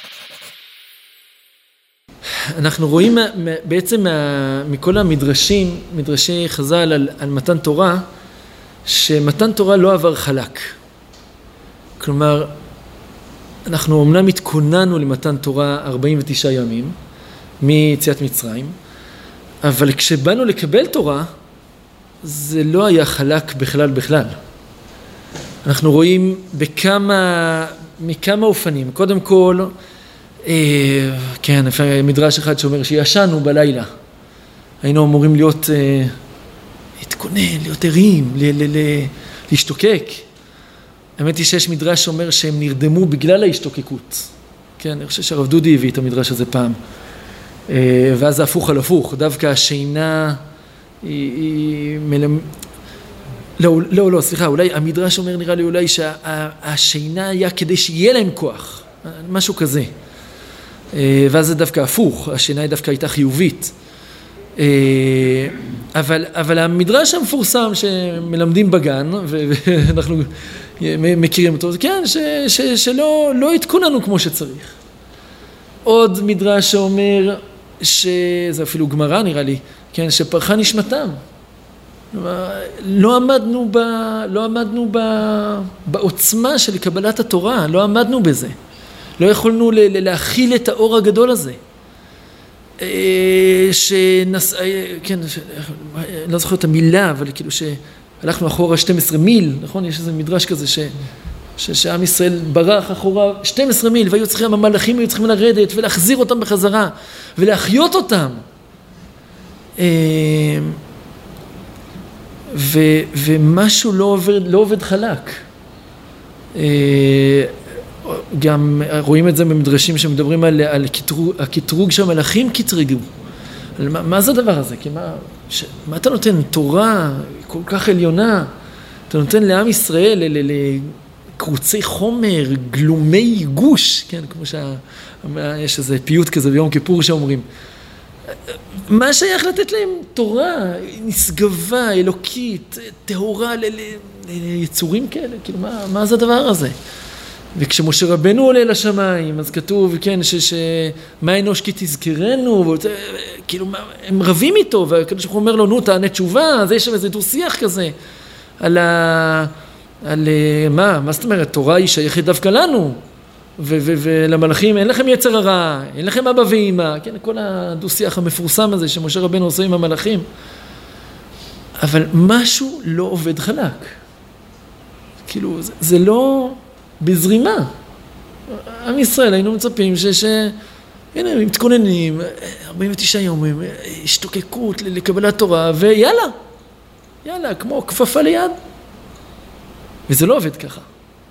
אנחנו רואים בעצם מכל המדרשים, מדרשי חז"ל על מתן תורה, שמתן תורה לא עבר חלק. כלומר, אנחנו אמנם התכוננו למתן תורה 49 ימים מיציאת מצרים, אבל כשבאנו לקבל תורה, זה לא היה חלק בכלל. אנחנו רואים מכמה אופנים. קודם כל, כן, מדרש אחד שאומר שישנו בלילה. היינו אמורים להיות להתכונן, להיות ערים, להשתוקק. האמת היא שיש מדרש שאומר שהם נרדמו בגלל ההשתוקקות. כן, אני חושב שהרב דודי הביא את המדרש הזה פעם. ואז זה הפוך על הפוך. דווקא השינה לא, סליחה, אולי המדרש אומר, נראה לי אולי שהשינה היה כדי שיהיה להם כוח. משהו כזה. ואז זה דווקא הפוך, השינה דווקא הייתה חיובית. אבל המדרש המפורסם שמלמדים בגן, ואנחנו מכירים אותו, זה כן, שלא התכוננו כמו שצריך. עוד מדרש שאומר, שזה אפילו גמרא נראה לי, כן, שפרחה נשמתם. לא עמדנו בעוצמה של קבלת התורה, לא עמדנו בזה. לא יכולנו להכיל את האור הגדול הזה. כן, לא זוכר את המילה, אבל כאילו שהלכנו אחורה 12 מיל, נכון? יש איזה מדרש כזה שעם ישראל ברח אחורה 12 מיל, והיו צריכים, המלאכים היו צריכים לרדת ולהחזיר אותם בחזרה, ולהחיות אותם. ומשהו לא עובד חלק. גם רואים את זה במדרשים שמדברים על הקטרוג שהמלאכים קטרגו. מה זה הדבר הזה? מה אתה נותן? תורה כל כך עליונה, אתה נותן לעם ישראל לקרוצי חומר, גלומי גוש, כן, כמו שיש איזה פיוט כזה ביום כיפור שאומרים. מה שייך לתת להם? תורה נשגבה, אלוקית, טהורה ליצורים כאלה? כאילו, מה זה הדבר הזה? וכשמשה רבנו עולה לשמיים, אז כתוב, כן, מה אנוש כי תזכרנו, כאילו, הם רבים איתו, והקדוש ברוך הוא אומר לו, נו, תענה תשובה, אז יש שם איזה דו שיח כזה, על מה זאת אומרת? תורה היא שייכת דווקא לנו, ולמלאכים אין לכם יצר הרע, אין לכם אבא ואמא, כן, כל הדו שיח המפורסם הזה שמשה רבנו עושה עם המלאכים, אבל משהו לא עובד חלק. כאילו, זה לא בזרימה. עם ישראל, היינו מצפים הנה, הם מתכוננים, 49 יום, השתוקקות לקבלת תורה, ויאללה, כמו כפפה ליד. וזה לא עובד ככה.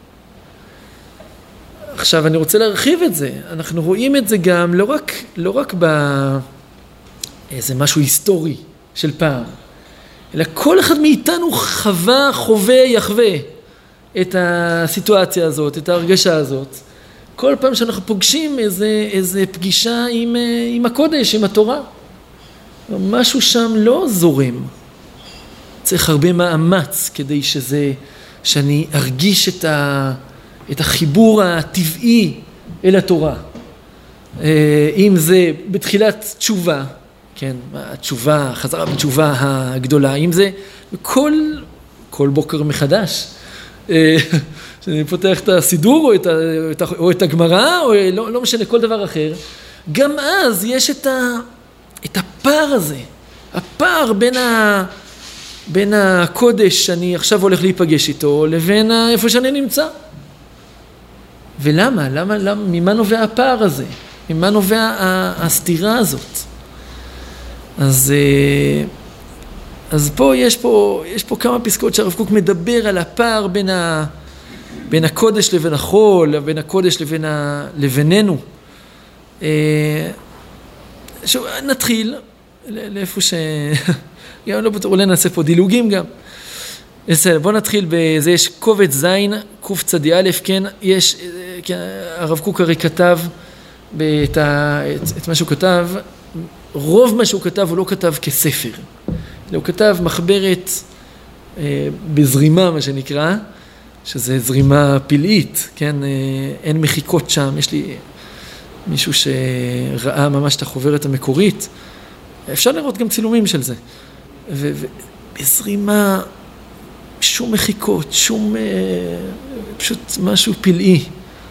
עכשיו, אני רוצה להרחיב את זה. אנחנו רואים את זה גם לא רק באיזה משהו היסטורי של פעם, אלא כל אחד מאיתנו חווה, יחווה את הסיטואציה הזאת, את ההרגשה הזאת. כל פעם שאנחנו פוגשים איזה פגישה עם הקודש, עם התורה. משהו שם לא זורם. צריך הרבה מאמץ כדי שאני ארגיש את החיבור הטבעי אל התורה. אם זה בתחילת תשובה, כן, התשובה, חזרה בתשובה הגדולה, אם זה כל בוקר מחדש, שאני פותח את הסידור או את הגמרא, או לא משנה, כל דבר אחר, גם אז יש את הפער הזה, הפער בין הקודש שאני עכשיו הולך להיפגש איתו, לבין איפה שאני נמצא. ולמה? ממה נובע הפער הזה? ממה נובע הסתירה הזאת? אז יש פה כמה פסקאות שהרב קוק מדבר על הפער בין הקודש לבין החול, בין הקודש לבינינו. נתחיל לאיפה גם לא בטוח, אולי נעשה פה דילוגים גם. בוא נתחיל בזה, יש קובץ זין, קוף צדי א', כן, הרב קוק הרי כתב את מה שהוא כתב, רוב מה שהוא כתב הוא לא כתב כספר, הוא כתב מחברת בזרימה, מה שנקרא, שזה זרימה פלאית, כן, אין מחיקות שם, יש לי מישהו שראה ממש את החוברת המקורית, אפשר לראות גם צילומים של זה. ובזרימה, שום מחיקות, פשוט משהו פלאי.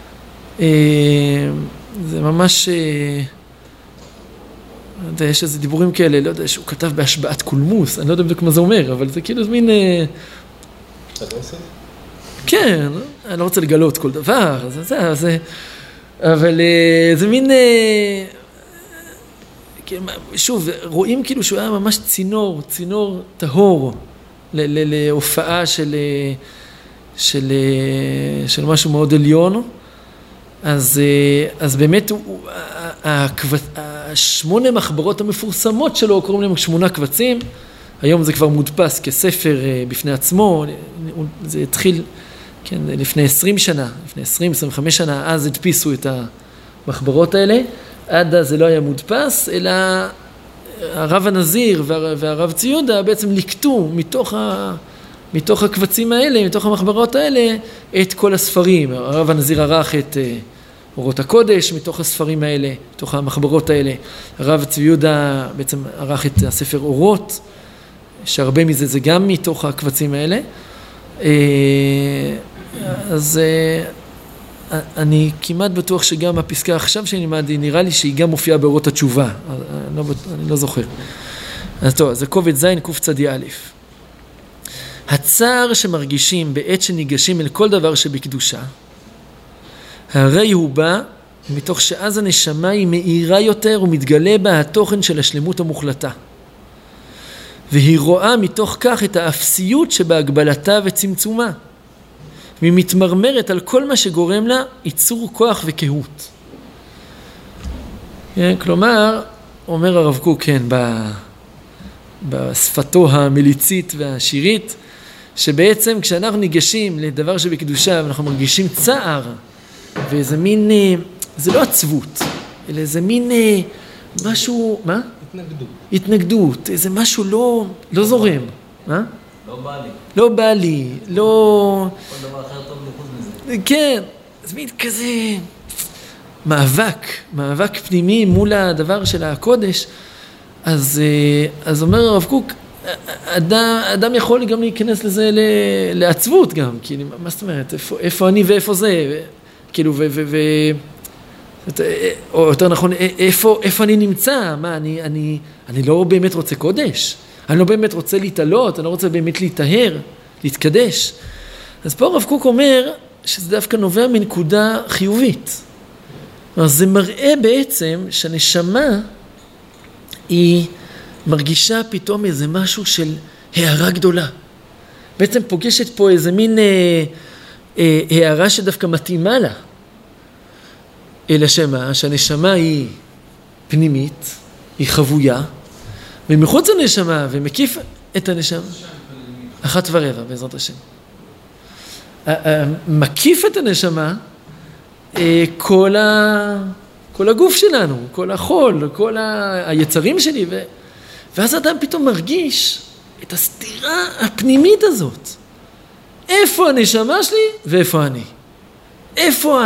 זה ממש, לא יודע, יש איזה דיבורים כאלה, לא יודע, שהוא כתב בהשבעת קולמוס, אני לא יודע בדיוק מה זה אומר, אבל זה כאילו מין... כן, אני לא רוצה לגלות כל דבר, אבל זה מין... שוב, רואים כאילו שהוא היה ממש צינור טהור להופעה של משהו מאוד עליון. אז באמת השמונה מחברות המפורסמות שלו קוראים להם 8 קבצים. היום זה כבר מודפס כספר בפני עצמו. זה התחיל לפני 20 שנה, לפני 20-25 שנה, אז הדפיסו את המחברות האלה. עד אז זה לא היה מודפס, אלא הרב הנזיר והרב ציודה בעצם לקטו מתוך הקבצים האלה, מתוך המחברות האלה, את כל הספרים. הרב הנזיר ערך את אורות הקודש מתוך הספרים האלה, מתוך המחברות האלה. הרב ציודה בעצם ערך את הספר אורות, שהרבה מזה זה גם מתוך הקבצים האלה. אז אני כמעט בטוח שגם הפסקה עכשיו שאני לימדתי, נראה לי שהיא גם מופיעה באורות התשובה. אני לא זוכר. אז טוב, זה קובץ זין קצ"א. הצער שמרגישים בעת שניגשים אל כל דבר שבקדושה, הרי הוא בא מתוך שאז הנשמה היא מאירה יותר ומתגלה בה התוכן של השלמות המוחלטה. והיא רואה מתוך כך את האפסיות שבהגבלתה וצמצומה. והיא מתמרמרת על כל מה שגורם לה ייצור כוח וקהות. כלומר, אומר הרב קוק, בשפתו המליצית והשירית, שבעצם כשאנחנו ניגשים לדבר שבקדושה ואנחנו מרגישים צער, ואיזה מין, זה לא עצבות, אלא איזה מין משהו, מה? התנגדות, איזה משהו לא זורם. מה? לא בא לי, לא... כל דבר אחר טוב לחוץ מזה. כן, זה מין כזה מאבק פנימי מול הדבר של הקודש. אז אומר הרב קוק, אדם יכול גם להיכנס לזה לעצבות גם, כאילו, מה זאת אומרת, איפה אני ואיפה זה, כאילו, או יותר נכון, איפה אני נמצא, מה, אני לא באמת רוצה קודש, אני לא באמת רוצה להתעלות, אני לא רוצה באמת להתאהר, להתקדש. אז פה הרב קוק אומר שזה דווקא נובע מנקודה חיובית. אז זה מראה בעצם שהנשמה היא מרגישה פתאום איזה משהו של הערה גדולה. בעצם פוגשת פה איזה מין הערה שדווקא מתאימה לה. אלא שהנשמה היא פנימית, היא חבויה, ומחוץ לנשמה ומקיף את הנשמה. 1:15 בעזרת השם. מקיף את הנשמה כל הגוף שלנו, כל החול, כל היצרים שלי, ואז האדם פתאום מרגיש את הסתירה הפנימית הזאת. איפה הנשמה שלי ואיפה אני? איפה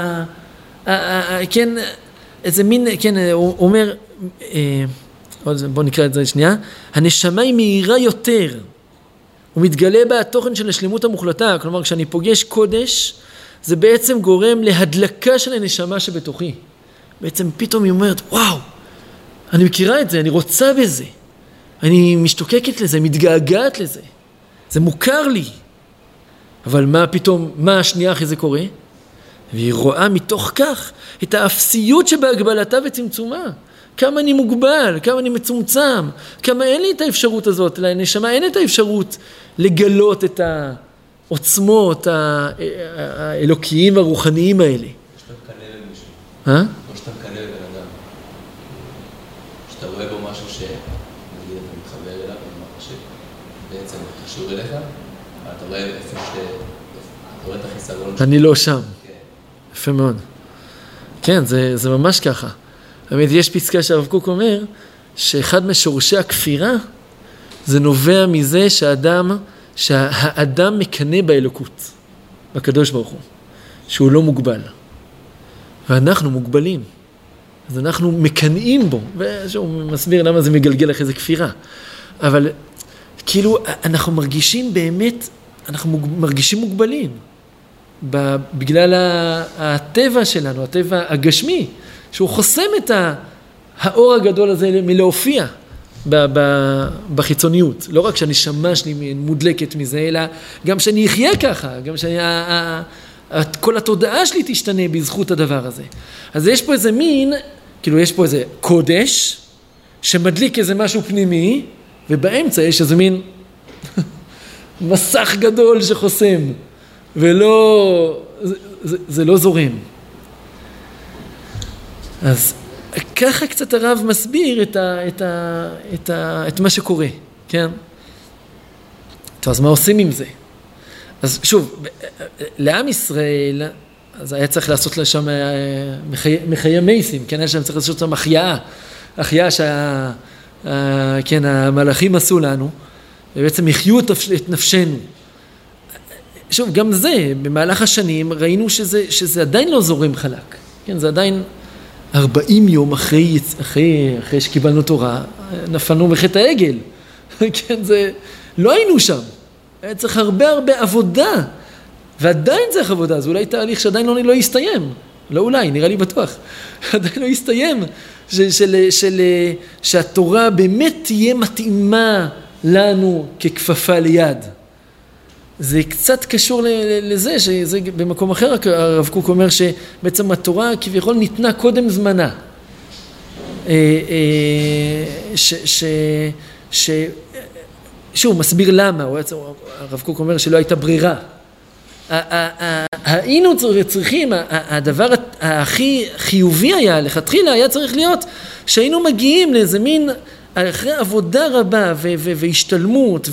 כן, איזה מין, כן, הוא אומר, בוא נקרא את זה שנייה, הנשמה היא מהירה יותר, הוא מתגלה בה התוכן של השלמות המוחלטה, כלומר כשאני פוגש קודש, זה בעצם גורם להדלקה של הנשמה שבתוכי. בעצם פתאום היא אומרת, וואו, אני מכירה את זה, אני רוצה בזה, אני משתוקקת לזה, מתגעגעת לזה, זה מוכר לי. אבל מה פתאום, מה השנייה אחרי זה קורה? והיא רואה מתוך כך את האפסיות שבהגבלתה וצמצומה. כמה אני מוגבל, כמה אני מצומצם, כמה אין לי את האפשרות הזאת, לנשמה אין את האפשרות לגלות את העוצמות האלוקיים והרוחניים האלה. שאתה מקנה למישהו. או שאתה מקנה לבן אדם. שאתה רואה בו משהו נגיד אתה מתחבר אליו, שבעצם קשור אליך, אתה רואה איפה אתה רואה את החיסרון. אני לא שם. יפה מאוד. כן, זה ממש ככה. באמת, יש פסקה שהרב קוק אומר, שאחד משורשי הכפירה, זה נובע מזה שהאדם מקנה באלוקות, בקדוש ברוך הוא, שהוא לא מוגבל. ואנחנו מוגבלים. אז אנחנו מקנאים בו, ושהוא מסביר למה זה מגלגל אחרי זה כפירה. אבל כאילו אנחנו מרגישים באמת, אנחנו מרגישים מוגבלים, בגלל הטבע שלנו, הטבע הגשמי, שהוא חוסם את האור הגדול הזה מלהופיע בחיצוניות. לא רק שאני שמע שלי מודלקת מזה, אלא גם שאני אחיה ככה, גם כל התודעה שלי תשתנה בזכות הדבר הזה. אז יש פה איזה מין, כאילו יש פה איזה קודש, שמדליק איזה משהו פנימי, ובאמצע יש איזה מין מסך גדול שחוסם, ולא, זה לא זורם. אז ככה קצת הרב מסביר את מה שקורה, כן? טוב, אז מה עושים עם זה? אז שוב, לעם ישראל, אז היה צריך לעשות לשם מחיי מייסים, כן? היה שם צריך לעשות שם החייאה כן, המלאכים עשו לנו, ובעצם יחיו את נפשנו. שוב, גם זה, במהלך השנים ראינו שזה עדיין לא זורם חלק, כן? זה עדיין 40 יום אחרי שקיבלנו תורה, נפלנו בחטא העגל, כן? זה, לא היינו שם. היה צריך הרבה עבודה, ועדיין צריך עבודה, זה אולי תהליך שעדיין לא יסתיים, לא אולי, נראה לי בטוח, עדיין לא יסתיים, שהתורה באמת תהיה מתאימה לנו ככפפה ליד. זה קצת קשור לזה, שזה במקום אחר, הרב קוק אומר שבעצם התורה כביכול ניתנה קודם זמנה, שוב, מסביר למה, הרב קוק אומר שלא הייתה ברירה. היינו צריכים, הדבר הכי חיובי היה, לכתחילה היה צריך להיות, שהיינו מגיעים לאיזה מין, אחרי עבודה רבה והשתלמות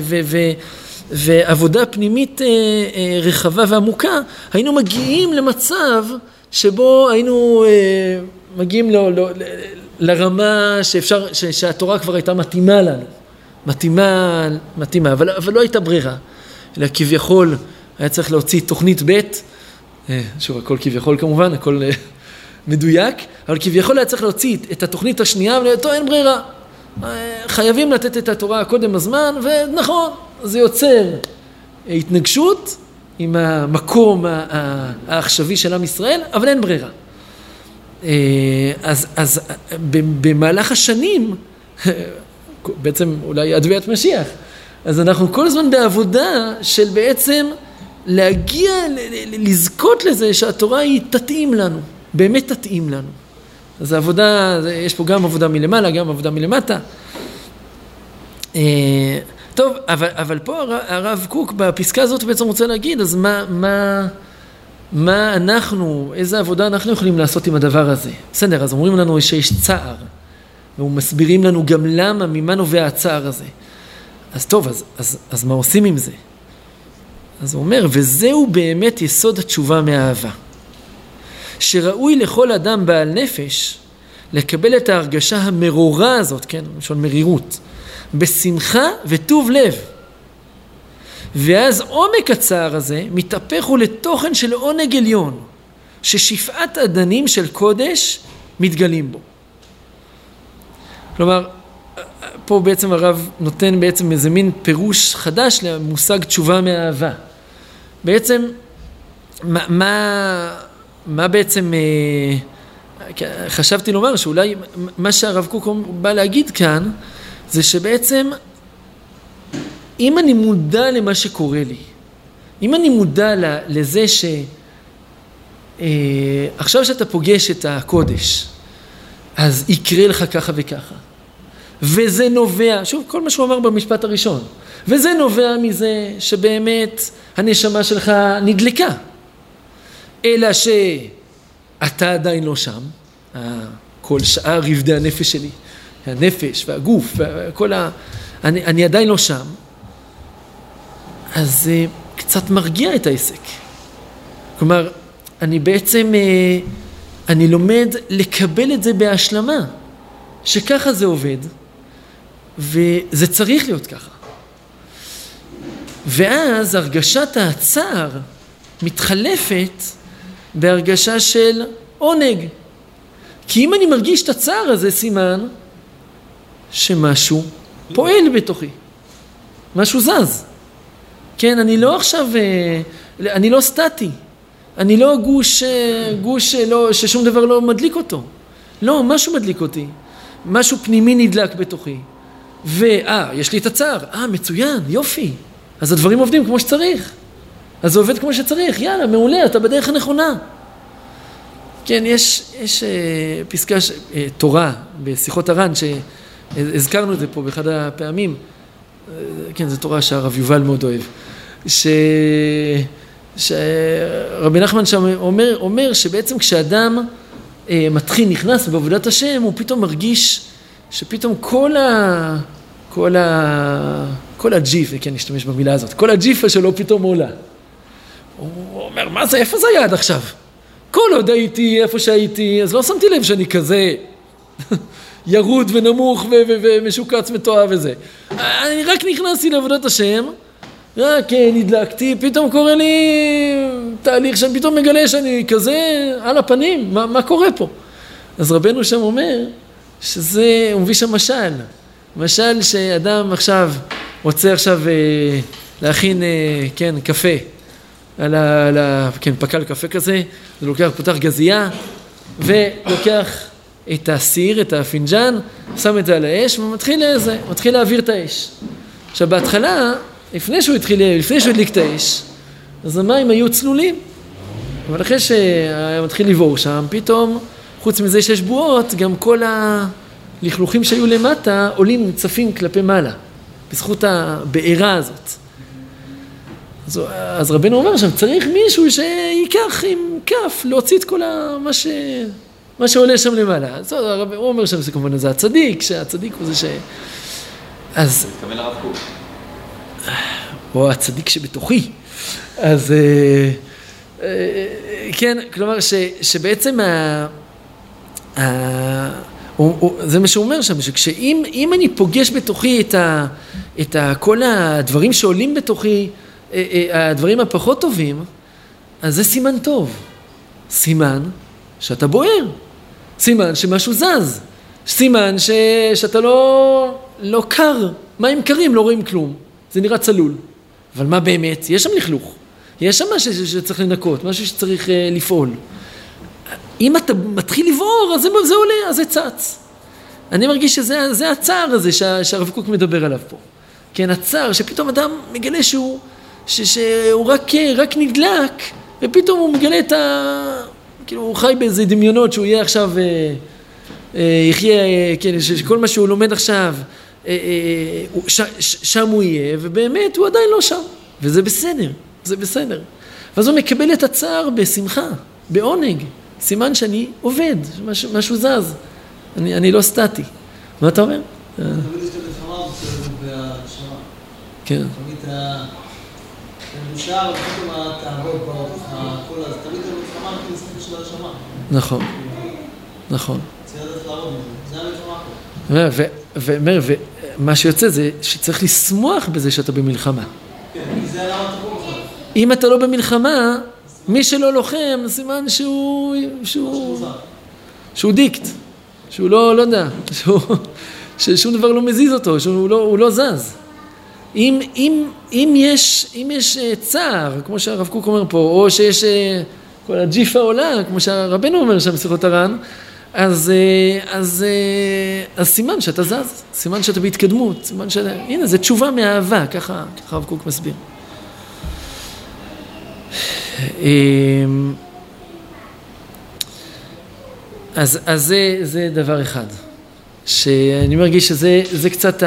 ועבודה פנימית רחבה ועמוקה, היינו מגיעים למצב שבו היינו מגיעים לרמה שהתורה כבר הייתה מתאימה לנו. מתאימה, אבל לא הייתה ברירה, אלא כביכול היה צריך להוציא תוכנית ב', שוב, הכל כביכול כמובן, הכל מדויק, אבל כביכול היה צריך להוציא את התוכנית השנייה, ולאותו אין ברירה, חייבים לתת את התורה קודם הזמן, ונכון, זה יוצר התנגשות עם המקום העכשווי של עם ישראל, אבל אין ברירה. אז במהלך השנים, בעצם אולי עד ביאת משיח, אז אנחנו כל הזמן בעבודה של בעצם להגיע, לזכות לזה שהתורה היא תתאים לנו, באמת תתאים לנו. אז העבודה, יש פה גם עבודה מלמעלה, גם עבודה מלמטה. טוב, אבל פה הרב קוק בפסקה הזאת בעצם רוצה להגיד, אז מה אנחנו, איזה עבודה אנחנו יכולים לעשות עם הדבר הזה? בסדר, אז אומרים לנו שיש צער, ומסבירים לנו גם למה, ממה נובע הצער הזה. אז טוב, אז מה עושים עם זה? אז הוא אומר, וזהו באמת יסוד התשובה מהאהבה. שראוי לכל אדם בעל נפש לקבל את ההרגשה המרורה הזאת, כן, למשל מרירות, בשמחה וטוב לב. ואז עומק הצער הזה מתהפך הוא לתוכן של עונג עליון, ששפעת אדנים של קודש מתגלים בו. כלומר, פה בעצם הרב נותן בעצם איזה מין פירוש חדש למושג תשובה מהאהבה. בעצם, מה בעצם, חשבתי לומר שאולי מה שהרב קוק בא להגיד כאן, זה שבעצם, אם אני מודע למה שקורה לי, אם אני מודע לזה עכשיו שאתה פוגש את הקודש, אז יקרה לך ככה וככה. וזה נובע, שוב, כל מה שהוא אמר במשפט הראשון, וזה נובע מזה שבאמת הנשמה שלך נדלקה. אלא שאתה עדיין לא שם, כל שאר רבדי הנפש שלי, הנפש והגוף, אני עדיין לא שם, אז זה קצת מרגיע את העסק. כלומר, אני בעצם, אני לומד לקבל את זה בהשלמה, שככה זה עובד, וזה צריך להיות ככה. ואז הרגשת הצער מתחלפת בהרגשה של עונג. כי אם אני מרגיש את הצער הזה, סימן שמשהו פועל בתוכי. משהו זז. כן, אני לא עכשיו, אני לא סטטי. אני לא גוש ששום דבר לא מדליק אותו. לא, משהו מדליק אותי. משהו פנימי נדלק בתוכי. יש לי את הצער. מצוין, יופי. אז הדברים עובדים כמו שצריך. אז זה עובד כמו שצריך. יאללה, מעולה, אתה בדרך הנכונה. כן, יש פסקה, תורה, בשיחות הר"ן, שהזכרנו את זה פה באחד הפעמים. כן, זו תורה שהרב יובל מאוד אוהב. שרבי נחמן שם אומר שבעצם כשאדם נכנס בעבודת השם, הוא פתאום מרגיש שפתאום כל הג'יפה, כן, נשתמש במילה הזאת, כל הג'יפה שלו פתאום עולה. הוא אומר, מה זה, איפה זה היה עד עכשיו? כל עוד הייתי איפה שהייתי, אז לא שמתי לב שאני כזה ירוד ונמוך ומשוקץ מתואב וזה. אני רק נכנסתי לעבודת השם, רק נדלקתי, פתאום קורה לי תהליך שאני פתאום מגלה שאני כזה על הפנים, מה קורה פה? אז רבנו שם אומר שזה, הוא מביא שם משל שאדם עכשיו רוצה עכשיו להכין, כן, קפה, כן, פקל קפה כזה, הוא לוקח, פותח גזייה ולוקח את הסיר, את הפינג'ן, שם את זה על האש ומתחיל להעביר את האש. עכשיו בהתחלה, לפני שהוא הדליק את האש, אז המים היו צלולים, אבל אחרי שמתחיל לבעור שם, פתאום, חוץ מזה שיש בועות, גם כל הלכלוכים שהיו למטה עולים צפים כלפי מעלה, בזכות הבעירה הזאת. אז רבנו אומר שם, צריך מישהו שיקח עם כף להוציא את כל מה שעולה שם למעלה. הוא אומר שם, זה כמובן זה הצדיק, שהצדיק הוא זה אז... מתכוון לרב קוק. או הצדיק שבתוכי. אז כן, כלומר שבעצם זה מה שהוא אומר שם, שכשאם אני פוגש בתוכי את כל הדברים שעולים בתוכי, הדברים הפחות טובים, אז זה סימן טוב. סימן שאתה בוער. סימן שמשהו זז. סימן שאתה לא קר. מים קרים, לא רואים כלום. זה נראה צלול. אבל מה באמת? יש שם לכלוך. יש שם משהו שצריך לנקות, משהו שצריך לפעול. אם אתה מתחיל לבעור, אז זה עולה, אז זה צץ. אני מרגיש שזה הצער הזה שהרב קוק מדבר עליו פה. כן, הצער שפתאום אדם מגלה שהוא רק נדלק, ופתאום הוא מגלה כאילו הוא חי באיזה דמיונות שהוא יהיה עכשיו, יחיה, כן, שכל מה שהוא לומד עכשיו, שם הוא יהיה, ובאמת הוא עדיין לא שם. וזה בסדר, זה בסדר. ואז הוא מקבל את הצער בשמחה, בעונג. סימן שאני עובד, משהו זז. אני לא סטטי. מה אתה אומר? תמיד יש את המלחמה והשמה. כן. תמיד המושר, ופתאום התעבות באות, כל הזה. תמיד המלחמה מתנסים של השמה. נכון, נכון. צריך לדעת לעבוד מזה. זה המלחמה. ומה שיוצא זה שצריך לשמוח בזה שאתה במלחמה. כן, כי זה למה אתה פה בכלל. אם אתה לא במלחמה, מי שלא לוחם, סימן שהוא דיקט, שהוא לא יודע, ששום דבר לא מזיז אותו, שהוא לא זז. אם יש צער, כמו שהרב קוק אומר פה, או שיש כל הג'יפה עולה, כמו שהרבנו אומר שם בשיחות הר"ן, אז סימן שאתה זז, סימן שאתה בהתקדמות, סימן הנה, זה תשובה מהאהבה, ככה הרב קוק מסביר. אז זה דבר אחד, שאני מרגיש שזה קצת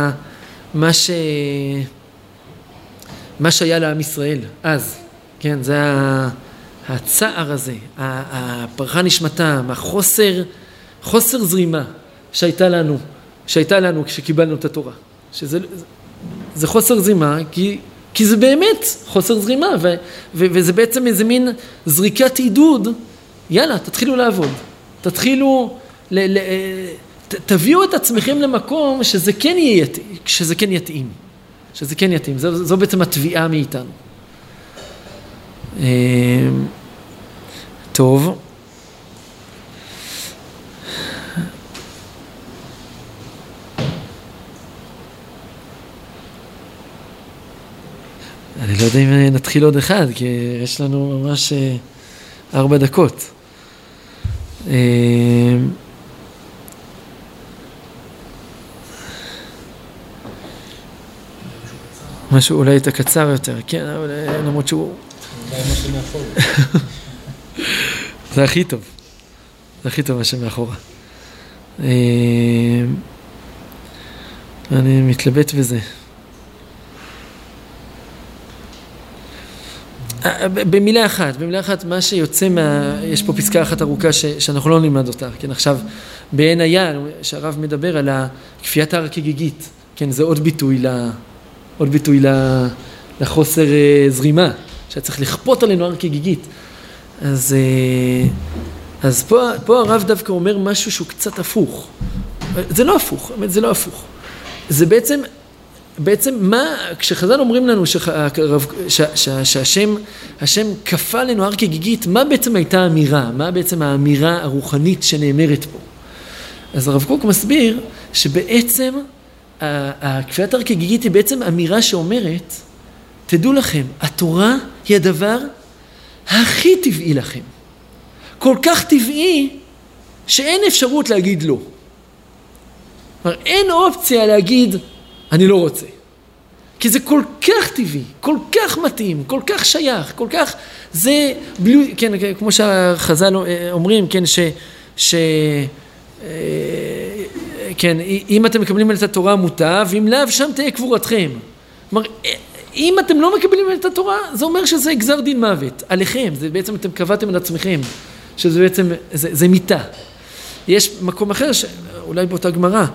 מה שהיה לעם ישראל אז, כן, זה הצער הזה, הפרחה נשמתם, חוסר זרימה שהייתה לנו כשקיבלנו את התורה, זה חוסר זרימה, כי זה באמת חוסר זרימה, וזה בעצם איזה מין זריקת עידוד, יאללה, תתחילו לעבוד, תביאו את עצמכם למקום שזה כן יתאים, זו בעצם התביעה מאיתנו. טוב, אני לא יודע אם נתחיל עוד אחד, כי יש לנו ממש 4 דקות. משהו אולי את הקצר יותר, כן, למרות שהוא... זה הכי טוב. זה הכי טוב מה שמאחורה. אני מתלבט בזה. במילה אחת, מה שיוצא יש פה פסקה אחת ארוכה שאנחנו לא נלמד אותה, כן, עכשיו, בעין היה, שהרב מדבר על כפיית הר כגיגית, כן, זה עוד ביטוי לחוסר זרימה, שצריך לכפות עלינו הר כגיגית. אז פה הרב דווקא אומר משהו שהוא קצת הפוך. זה לא הפוך, זה לא הפוך. זה בעצם מה, כשחז"ל אומרים לנו שהשם כפה עלינו הר כגיגית, מה בעצם הייתה האמירה? מה בעצם האמירה הרוחנית שנאמרת פה? אז הרב קוק מסביר שבעצם כפיית הר כגיגית היא בעצם אמירה שאומרת, תדעו לכם, התורה היא הדבר הכי טבעי לכם. כל כך טבעי שאין אפשרות להגיד לא. כלומר, אין אופציה להגיד, אני לא רוצה. כי זה כל כך טבעי, כל כך מתאים, כל כך שייך, כל כך, זה, כן, כמו שהחז"ל אומרים, כן, כן, אם אתם מקבלים את התורה מוטב, אם לאו שם תהיה קבורתכם. כלומר, אם אתם לא מקבלים את התורה, זה אומר שזה גזר דין מוות, עליכם, זה בעצם אתם קבעתם על עצמכם, שזה בעצם, זה מיטה. יש מקום אחר, אולי באותה גמרא,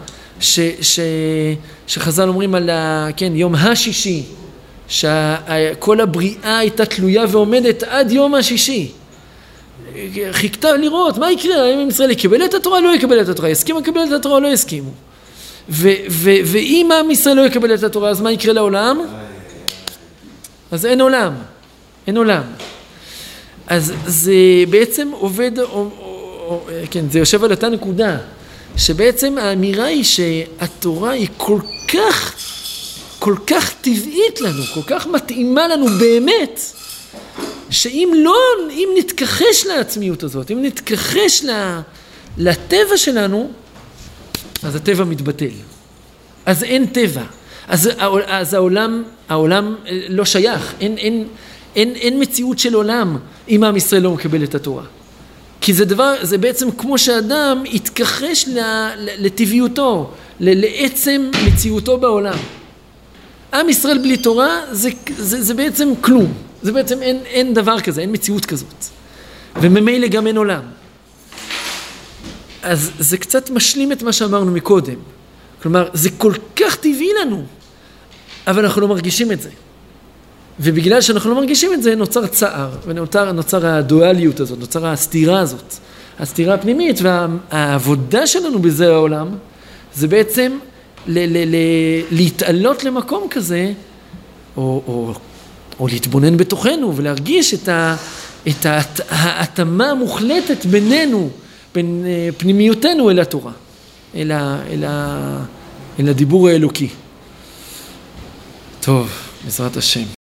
שחז"ל אומרים על כן, יום השישי, שכל הבריאה הייתה תלויה ועומדת עד יום השישי. חיכתה לראות מה יקרה, האם ישראל יקבל את התורה, לא יקבל את התורה, יסכימו לקבל את התורה, לא יסכימו. ואם עם ישראל לא יקבל את התורה, אז מה יקרה לעולם? אז אין עולם, אין עולם. אז זה בעצם עובד, כן, זה יושב על אותה נקודה, שבעצם האמירה היא שהתורה היא כל כך טבעית לנו, כל כך מתאימה לנו באמת, שאם לא, אם נתכחש לעצמיות הזאת, אם נתכחש לטבע שלנו, אז הטבע מתבטל. אז אין טבע. אז העולם לא שייך. אין מציאות של עולם אם עם ישראל לא מקבל את התורה. כי זה בעצם כמו שאדם יתכחש לטבעיותו, לעצם מציאותו בעולם. עם ישראל בלי תורה זה בעצם כלום. זה בעצם אין דבר כזה, אין מציאות כזאת. וממילא גם אין עולם. אז זה קצת משלים את מה שאמרנו מקודם. כלומר, זה כל כך טבעי לנו, אבל אנחנו לא מרגישים את זה. ובגלל שאנחנו לא מרגישים את זה, נוצר צער, ונוצר הדואליות הזאת, נוצר הסתירה הזאת, הסתירה הפנימית, והעבודה שלנו בזה העולם, זה בעצם להתעלות למקום כזה, או להתבונן בתוכנו, ולהרגיש את ההתאמה המוחלטת בינינו, בין פנימיותנו אל התורה, אל הדיבור האלוקי. טוב, בעזרת השם.